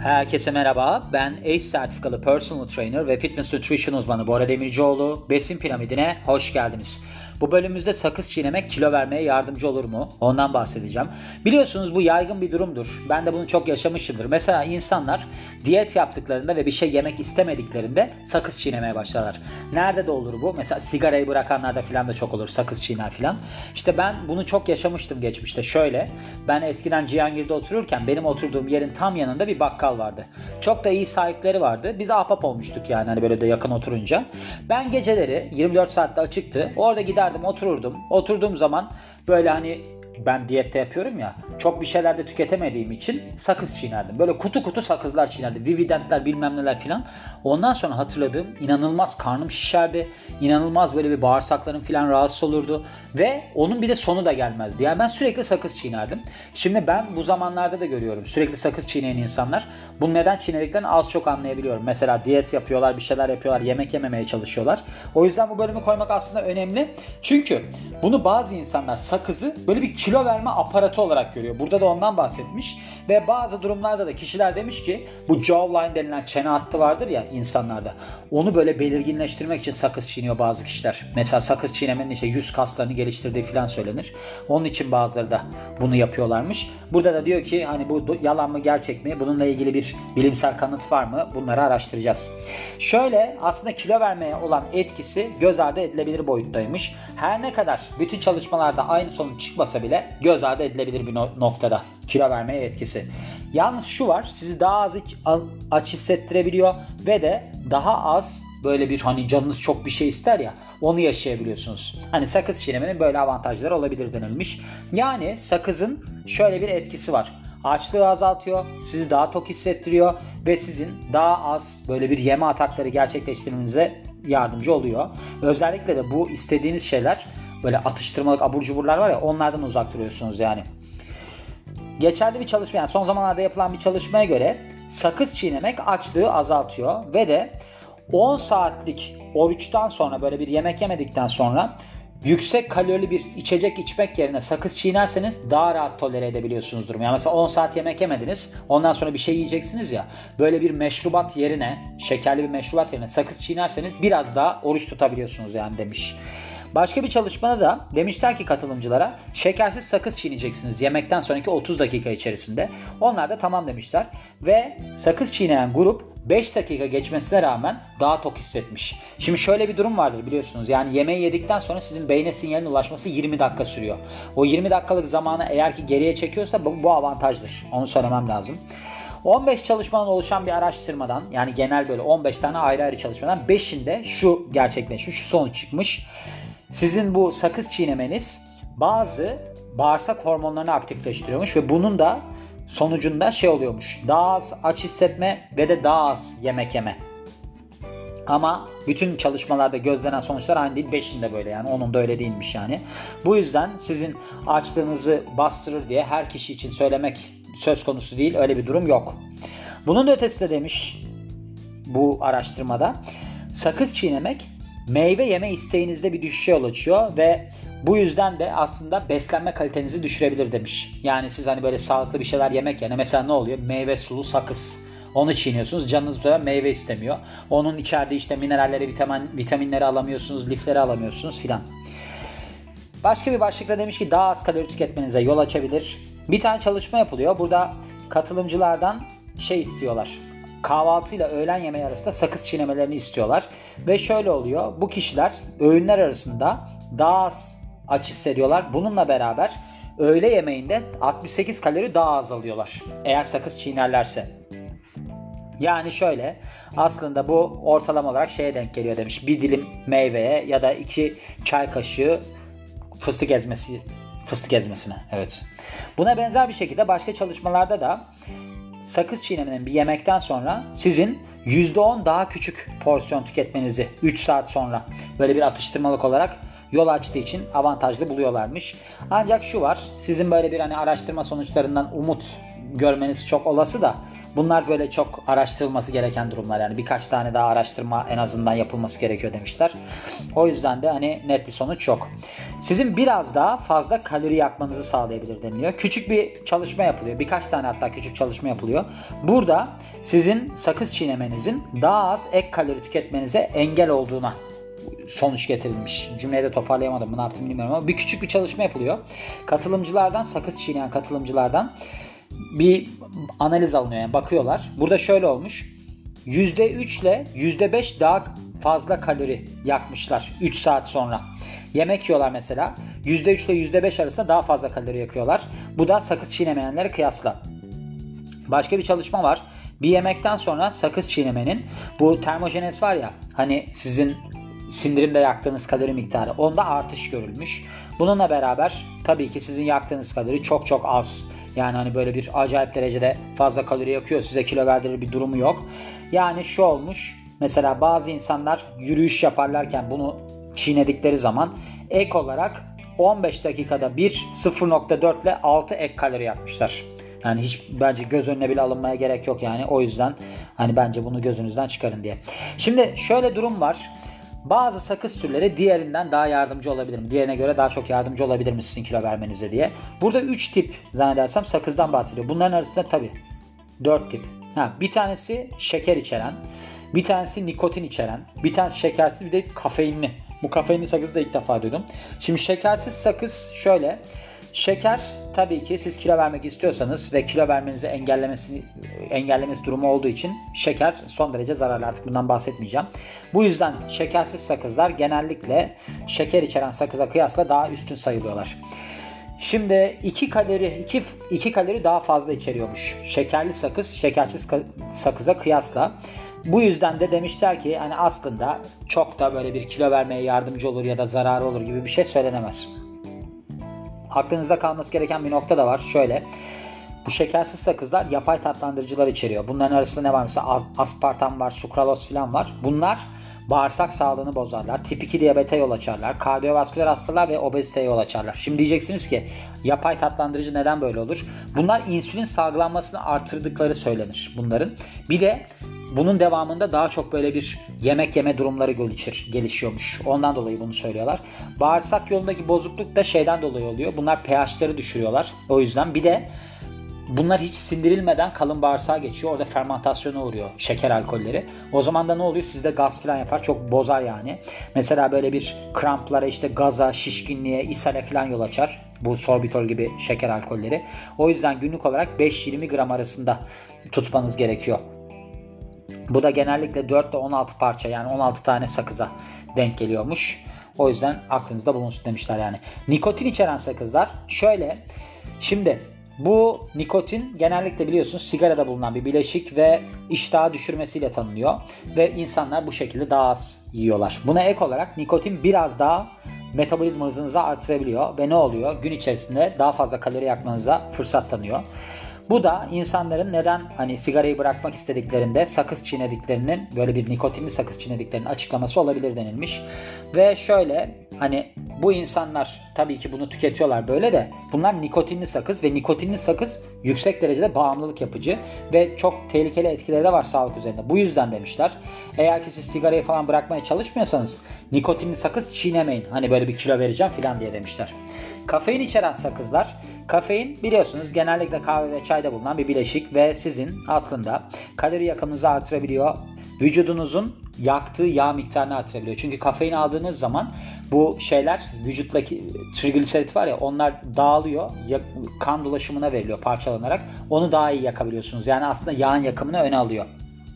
Herkese merhaba. Ben ACE sertifikalı personal trainer ve fitness nutrition uzmanı Bora Demircioğlu. Besin piramidine hoş geldiniz. Bu bölümümüzde sakız çiğnemek kilo vermeye yardımcı olur mu? Ondan bahsedeceğim. Biliyorsunuz bu yaygın bir durumdur. Ben de bunu çok yaşamışımdır. Mesela insanlar diyet yaptıklarında ve bir şey yemek istemediklerinde sakız çiğnemeye başlarlar. Nerede de olur bu? Mesela sigarayı bırakanlarda falan da çok olur. Sakız çiğner falan. İşte ben bunu çok yaşamıştım geçmişte. Şöyle, ben eskiden Cihangir'de otururken benim oturduğum yerin tam yanında bir bakkal vardı. Çok da iyi sahipleri vardı. Biz ahbap olmuştuk yani hani böyle de yakın oturunca. Ben geceleri 24 saatte açıktı. Orada giderdim, otururdum. Oturduğum zaman böyle hani ben diyette yapıyorum ya, çok bir şeyler de tüketemediğim için sakız çiğnerdim. Böyle kutu kutu sakızlar çiğnerdim. Vividentler bilmem neler filan. Ondan sonra hatırladığım inanılmaz karnım şişerdi. İnanılmaz böyle bir bağırsaklarım filan rahatsız olurdu. Ve onun bir de sonu da gelmezdi. Yani ben sürekli sakız çiğnerdim. Şimdi ben bu zamanlarda da görüyorum sürekli sakız çiğneyen insanlar. Bunu neden çiğnediklerini az çok anlayabiliyorum. Mesela diyet yapıyorlar, bir şeyler yapıyorlar, yemek yememeye çalışıyorlar. O yüzden bu bölümü koymak aslında önemli. Çünkü bunu bazı insanlar sakızı böyle bir kilo verme aparatı olarak görüyor. Burada da ondan bahsetmiş. Ve bazı durumlarda da kişiler demiş ki bu jawline denilen çene hattı vardır ya insanlarda. Onu böyle belirginleştirmek için sakız çiğniyor bazı kişiler. Mesela sakız çiğnemenin işte yüz kaslarını geliştirdiği falan söylenir. Onun için bazıları da bunu yapıyorlarmış. Burada da diyor ki hani bu yalan mı gerçek mi? Bununla ilgili bir bilimsel kanıt var mı? Bunları araştıracağız. Şöyle, aslında kilo vermeye olan etkisi göz ardı edilebilir boyuttaymış. Her ne kadar bütün çalışmalarda aynı sonuç çıkmasa bile göz ardı edilebilir bir noktada kilo vermeye etkisi. Yalnız şu var, sizi daha az aç hissettirebiliyor ve de daha az böyle bir hani canınız çok bir şey ister ya, onu yaşayabiliyorsunuz. Hani sakız çiğnemenin böyle avantajları olabilir denilmiş. Yani sakızın şöyle bir etkisi var. Açlığı azaltıyor, sizi daha tok hissettiriyor ve sizin daha az böyle bir yeme atakları gerçekleştirmenize yardımcı oluyor. Özellikle de bu istediğiniz şeyler, böyle atıştırmalık abur cuburlar var ya, onlardan uzak duruyorsunuz yani. Geçerli bir çalışma, yani son zamanlarda yapılan bir çalışmaya göre sakız çiğnemek açlığı azaltıyor ve de 10 saatlik oruçtan sonra, böyle bir yemek yemedikten sonra yüksek kalorili bir içecek içmek yerine sakız çiğnerseniz daha rahat tolere edebiliyorsunuz durumu. Yani mesela 10 saat yemek yemediniz, ondan sonra bir şey yiyeceksiniz ya, böyle bir meşrubat yerine, şekerli bir meşrubat yerine sakız çiğnerseniz biraz daha oruç tutabiliyorsunuz yani demiş. Başka bir çalışmada da demişler ki katılımcılara şekersiz sakız çiğneyeceksiniz yemekten sonraki 30 dakika içerisinde. Onlar da tamam demişler ve sakız çiğneyen grup 5 dakika geçmesine rağmen daha tok hissetmiş. Şimdi şöyle bir durum vardır biliyorsunuz. Yani yemeği yedikten sonra sizin beyne sinyalin ulaşması 20 dakika sürüyor. O 20 dakikalık zamanı eğer ki geriye çekiyorsa bu avantajdır. Onu söylemem lazım. 15 çalışmadan oluşan bir araştırmadan, yani genel böyle 15 tane ayrı ayrı çalışmadan 5'inde şu gerçekleşmiş, şu sonuç çıkmış. Sizin bu sakız çiğnemeniz bazı bağırsak hormonlarını aktifleştiriyormuş ve bunun da sonucunda şey oluyormuş. Daha az aç hissetme ve de daha az yemek yeme. Ama bütün çalışmalarda gözlenen sonuçlar aynı değil. 5'inde böyle, yani onun da öyle değilmiş yani. Bu yüzden sizin açlığınızı bastırır diye her kişi için söylemek söz konusu değil. Öyle bir durum yok. Bunun da ötesi de demiş bu araştırmada, sakız çiğnemek meyve yeme isteğinizde bir düşüşe yol açıyor ve bu yüzden de aslında beslenme kalitenizi düşürebilir demiş. Yani siz hani böyle sağlıklı bir şeyler yemek yerine mesela ne oluyor? Meyve sulu sakız. Onu çiğniyorsunuz. Canınız da meyve istemiyor. Onun içerdiği işte mineralleri, vitaminleri alamıyorsunuz, lifleri alamıyorsunuz filan. Başka bir başlıkta demiş ki daha az kalori tüketmenize yol açabilir. Bir tane çalışma yapılıyor. Burada katılımcılardan şey istiyorlar. Kahvaltıyla öğlen yemeği arasında sakız çiğnemelerini istiyorlar. Ve şöyle oluyor. Bu kişiler öğünler arasında daha az aç hissediyorlar. Bununla beraber öğle yemeğinde 68 kalori daha az alıyorlar, eğer sakız çiğnerlerse. Yani şöyle, aslında bu ortalama olarak şeye denk geliyor demiş. Bir dilim meyveye ya da 2 çay kaşığı fıstık ezmesine. Evet. Buna benzer bir şekilde başka çalışmalarda da sakız çiğnemenin bir yemekten sonra sizin %10 daha küçük porsiyon tüketmenizi 3 saat sonra böyle bir atıştırmalık olarak yol açtığı için avantajlı buluyorlarmış. Ancak şu var, sizin böyle bir hani araştırma sonuçlarından umut görmeniz çok olası da bunlar böyle çok araştırılması gereken durumlar. Yani birkaç tane daha araştırma en azından yapılması gerekiyor demişler. O yüzden de hani net bir sonuç yok. Sizin biraz daha fazla kalori yakmanızı sağlayabilir deniliyor. Küçük bir çalışma yapılıyor. Birkaç tane hatta küçük çalışma yapılıyor. Burada sizin sakız çiğnemenizin daha az ek kalori tüketmenize engel olduğuna sonuç getirilmiş. Cümleyi de toparlayamadım. Ne yaptım bilmiyorum ama bir küçük bir çalışma yapılıyor. Katılımcılardan, sakız çiğneyen katılımcılardan bir analiz alınıyor. Yani bakıyorlar. Burada şöyle olmuş. %3 ile %5 daha fazla kalori yakmışlar 3 saat sonra. Yemek yiyorlar mesela. %3 ile %5 arasında daha fazla kalori yakıyorlar. Bu da sakız çiğnemeyenlere kıyasla. Başka bir çalışma var. Bir yemekten sonra sakız çiğnemenin bu termojenez var ya, hani sizin sindirimde yaktığınız kalori miktarı, onda artış görülmüş. Bununla beraber tabii ki sizin yaktığınız kalori çok çok az. Yani hani böyle bir acayip derecede fazla kalori yakıyor, size kilo verdirir bir durumu yok. Yani şu olmuş. Mesela bazı insanlar yürüyüş yaparlarken bunu çiğnedikleri zaman ek olarak 15 dakikada bir 0.4 ile 6 ek kalori yakmışlar. Yani hiç bence göz önüne bile alınmaya gerek yok yani. O yüzden hani bence bunu gözünüzden çıkarın diye. Şimdi şöyle durum var. Bazı sakız türleri diğerinden daha yardımcı olabilir mi? Diğerine göre daha çok yardımcı olabilir mi sizin kilo vermenize diye. Burada 3 tip zannedersem sakızdan bahsediyor. Bunların arasında tabii 4 tip. Bir tanesi şeker içeren, bir tanesi nikotin içeren, bir tanesi şekersiz, bir de kafeinli. Bu kafeinli sakızı da ilk defa duydum. Şimdi şekersiz sakız şöyle. Şeker tabii ki siz kilo vermek istiyorsanız ve kilo vermenizi engellemesi durumu olduğu için şeker son derece zararlı. Artık bundan bahsetmeyeceğim. Bu yüzden şekersiz sakızlar genellikle şeker içeren sakıza kıyasla daha üstün sayılıyorlar. Şimdi 2 kalori daha fazla içeriyormuş şekerli sakız şekersiz sakıza kıyasla. Bu yüzden de demişler ki hani aslında çok da böyle bir kilo vermeye yardımcı olur ya da zararı olur gibi bir şey söylenemez. Aklınızda kalması gereken bir nokta da var. Şöyle, bu şekersiz sakızlar yapay tatlandırıcılar içeriyor. Bunların arasında ne var? Mesela aspartam var, sukraloz falan var. Bunlar bağırsak sağlığını bozarlar. Tip 2 diyabete yol açarlar. Kardiyovasküler hastalığa ve obeziteye yol açarlar. Şimdi diyeceksiniz ki yapay tatlandırıcı neden böyle olur? Bunlar insülin salgılanmasını artırdıkları söylenir bunların. Bir de bunun devamında daha çok böyle bir yemek yeme durumları gelişiyormuş. Ondan dolayı bunu söylüyorlar. Bağırsak yolundaki bozukluk da şeyden dolayı oluyor. Bunlar pH'leri düşürüyorlar. O yüzden bir de bunlar hiç sindirilmeden kalın bağırsağa geçiyor. Orada fermentasyona uğruyor şeker alkolleri. O zaman da ne oluyor? Sizde gaz falan yapar. Çok bozar yani. Mesela böyle bir kramplara, işte gaza, şişkinliğe, ishale falan yol açar. Bu sorbitol gibi şeker alkolleri. O yüzden günlük olarak 5-20 gram arasında tutmanız gerekiyor. Bu da genellikle 4 ile 16 parça, yani 16 tane sakıza denk geliyormuş. O yüzden aklınızda bulunsun demişler yani. Nikotin içeren sakızlar şöyle. Şimdi bu nikotin genellikle biliyorsunuz sigarada bulunan bir bileşik ve iştahı düşürmesiyle tanınıyor. Ve insanlar bu şekilde daha az yiyorlar. Buna ek olarak nikotin biraz daha metabolizma hızınızı artırabiliyor. Ve ne oluyor? Gün içerisinde daha fazla kalori yakmanıza fırsat tanıyor. Bu da insanların neden hani sigarayı bırakmak istediklerinde sakız çiğnediklerinin, böyle bir nikotinli sakız çiğnediklerinin açıklaması olabilir denilmiş. Ve şöyle, hani bu insanlar tabii ki bunu tüketiyorlar böyle de, bunlar nikotinli sakız ve nikotinli sakız yüksek derecede bağımlılık yapıcı ve çok tehlikeli etkileri de var sağlık üzerinde. Bu yüzden demişler, eğer ki siz sigarayı falan bırakmaya çalışmıyorsanız nikotinli sakız çiğnemeyin. Hani böyle bir kilo vereceğim falan diye demişler. Kafein içeren sakızlar. Kafein biliyorsunuz genellikle kahve ve çayda bulunan bir bileşik ve sizin aslında kalori yakımınızı artırabiliyor. Vücudunuzun yaktığı yağ miktarını artırabiliyor. Çünkü kafein aldığınız zaman bu şeyler, vücuttaki trigliserit var ya, onlar dağılıyor. Kan dolaşımına veriliyor parçalanarak. Onu daha iyi yakabiliyorsunuz. Yani aslında yağın yakımını öne alıyor.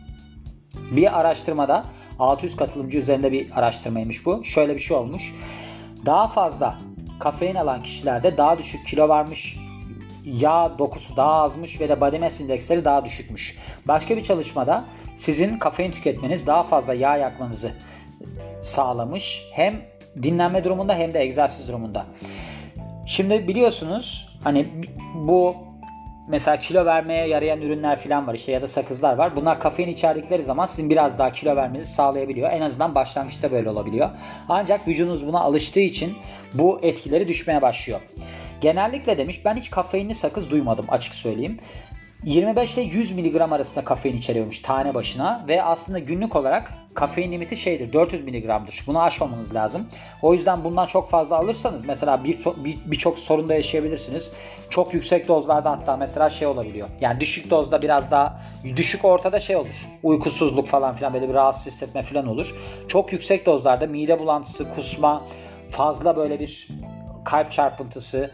Bir araştırmada 600 katılımcı üzerinde bir araştırmaymış bu. Şöyle bir şey olmuş. Daha fazla kafein alan kişilerde daha düşük kilo varmış, yağ dokusu daha azmış ve de body mass indeksleri daha düşükmüş. Başka bir çalışmada sizin kafein tüketmeniz daha fazla yağ yakmanızı sağlamış. Hem dinlenme durumunda hem de egzersiz durumunda. Şimdi biliyorsunuz hani bu mesela kilo vermeye yarayan ürünler falan var işte, ya da sakızlar var. Bunlar kafein içerdikleri zaman sizin biraz daha kilo vermenizi sağlayabiliyor. En azından başlangıçta böyle olabiliyor. Ancak vücudunuz buna alıştığı için bu etkileri düşmeye başlıyor. Genellikle demiş, ben hiç kafeinli sakız duymadım açık söyleyeyim. 25 ile 100 mg arasında kafein içeriyormuş tane başına ve aslında günlük olarak kafein limiti 400 mg'dır. Bunu aşmamanız lazım. O yüzden bundan çok fazla alırsanız mesela birçok sorunda yaşayabilirsiniz. Çok yüksek dozlarda hatta mesela olabiliyor. Yani düşük dozda biraz daha düşük ortada olur. Uykusuzluk falan filan böyle bir rahatsız hissetme falan olur. Çok yüksek dozlarda mide bulantısı, kusma, fazla böyle bir kalp çarpıntısı,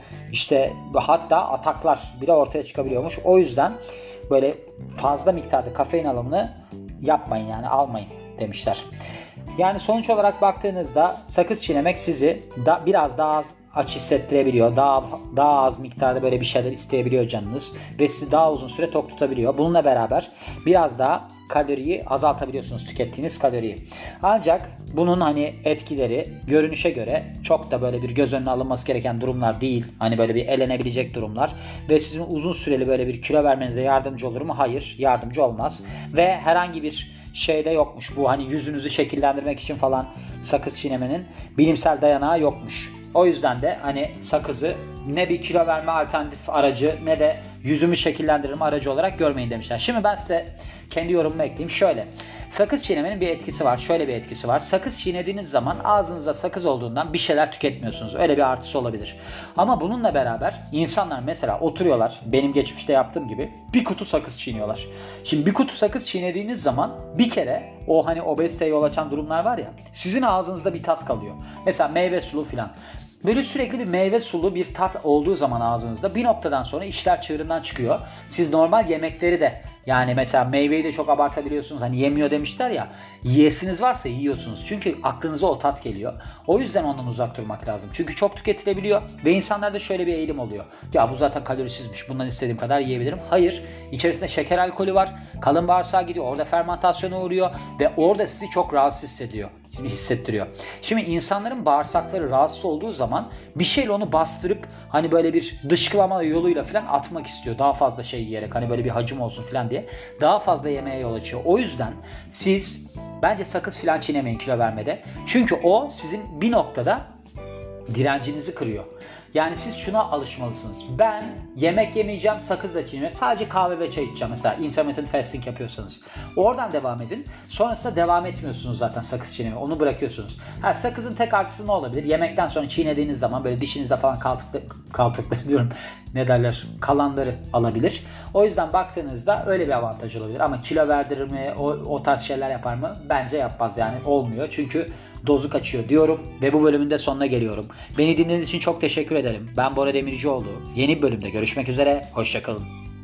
hatta ataklar bile ortaya çıkabiliyormuş. O yüzden böyle fazla miktarda kafein alımını yapmayın, yani almayın demişler. Yani sonuç olarak baktığınızda sakız çiğnemek sizi biraz daha az aç hissettirebiliyor. Daha az miktarda böyle bir şeyler isteyebiliyor canınız ve sizi daha uzun süre tok tutabiliyor. Bununla beraber biraz daha kaloriyi azaltabiliyorsunuz, tükettiğiniz kaloriyi. Ancak bunun etkileri görünüşe göre çok da böyle bir göz önüne alınması gereken durumlar değil. Böyle bir elenebilecek durumlar ve sizin uzun süreli böyle bir kilo vermenize yardımcı olur mu? Hayır, yardımcı olmaz. Ve herhangi bir şeyde yokmuş. Bu yüzünüzü şekillendirmek için falan sakız çiğnemenin bilimsel dayanağı yokmuş. O yüzden de sakızı ne bir kilo verme alternatif aracı ne de yüzümü şekillendirme aracı olarak görmeyin demişler. Şimdi ben size kendi yorumumu ekleyeyim. Şöyle, sakız çiğnemenin bir etkisi var. Şöyle bir etkisi var. Sakız çiğnediğiniz zaman ağzınızda sakız olduğundan bir şeyler tüketmiyorsunuz. Öyle bir artısı olabilir. Ama bununla beraber insanlar mesela oturuyorlar. Benim geçmişte yaptığım gibi bir kutu sakız çiğniyorlar. Şimdi bir kutu sakız çiğnediğiniz zaman bir kere o obeziteye yol açan durumlar var ya, sizin ağzınızda bir tat kalıyor. Mesela meyve sulu filan. Böyle sürekli bir meyve sulu bir tat olduğu zaman ağzınızda bir noktadan sonra işler çığırından çıkıyor. Siz normal yemekleri de mesela meyveyi de çok abartabiliyorsunuz. Yemiyor demişler ya. Yiyesiniz varsa yiyorsunuz. Çünkü aklınıza o tat geliyor. O yüzden ondan uzak durmak lazım. Çünkü çok tüketilebiliyor ve insanlarda şöyle bir eğilim oluyor. Ya bu zaten kalorisizmiş. Bundan istediğim kadar yiyebilirim. Hayır. İçerisinde şeker alkolü var. Kalın bağırsağa gidiyor. Orada fermentasyona uğruyor ve orada sizi çok rahatsız hissettiriyor. Şimdi insanların bağırsakları rahatsız olduğu zaman bir şeyle onu bastırıp böyle bir dışkılama yoluyla falan atmak istiyor. Daha fazla şey yiyerek böyle bir hacim olsun falan diye. Daha fazla yemeye yol açıyor. O yüzden siz bence sakız falan çiğnemeyin kilo vermede. Çünkü o sizin bir noktada direncinizi kırıyor. Yani siz şuna alışmalısınız. Ben yemek yemeyeceğim, sakız da çiğnemeyeceğim. Sadece kahve ve çay içeceğim. Mesela intermittent fasting yapıyorsanız. Oradan devam edin. Sonrasında devam etmiyorsunuz zaten sakız çiğnemeye. Onu bırakıyorsunuz. Sakızın tek artısı ne olabilir? Yemekten sonra çiğnediğiniz zaman böyle dişinizde falan kaltıkları diyorum. Ne derler? Kalanları alabilir. O yüzden baktığınızda öyle bir avantaj olabilir. Ama kilo verdirir mi? O tarz şeyler yapar mı? Bence yapmaz yani. Olmuyor. Çünkü dozu kaçıyor diyorum ve bu bölümün de sonuna geliyorum. Beni dinlediğiniz için çok teşekkür ederim. Ben Bora Demircioğlu. Yeni bir bölümde görüşmek üzere. Hoşça kalın.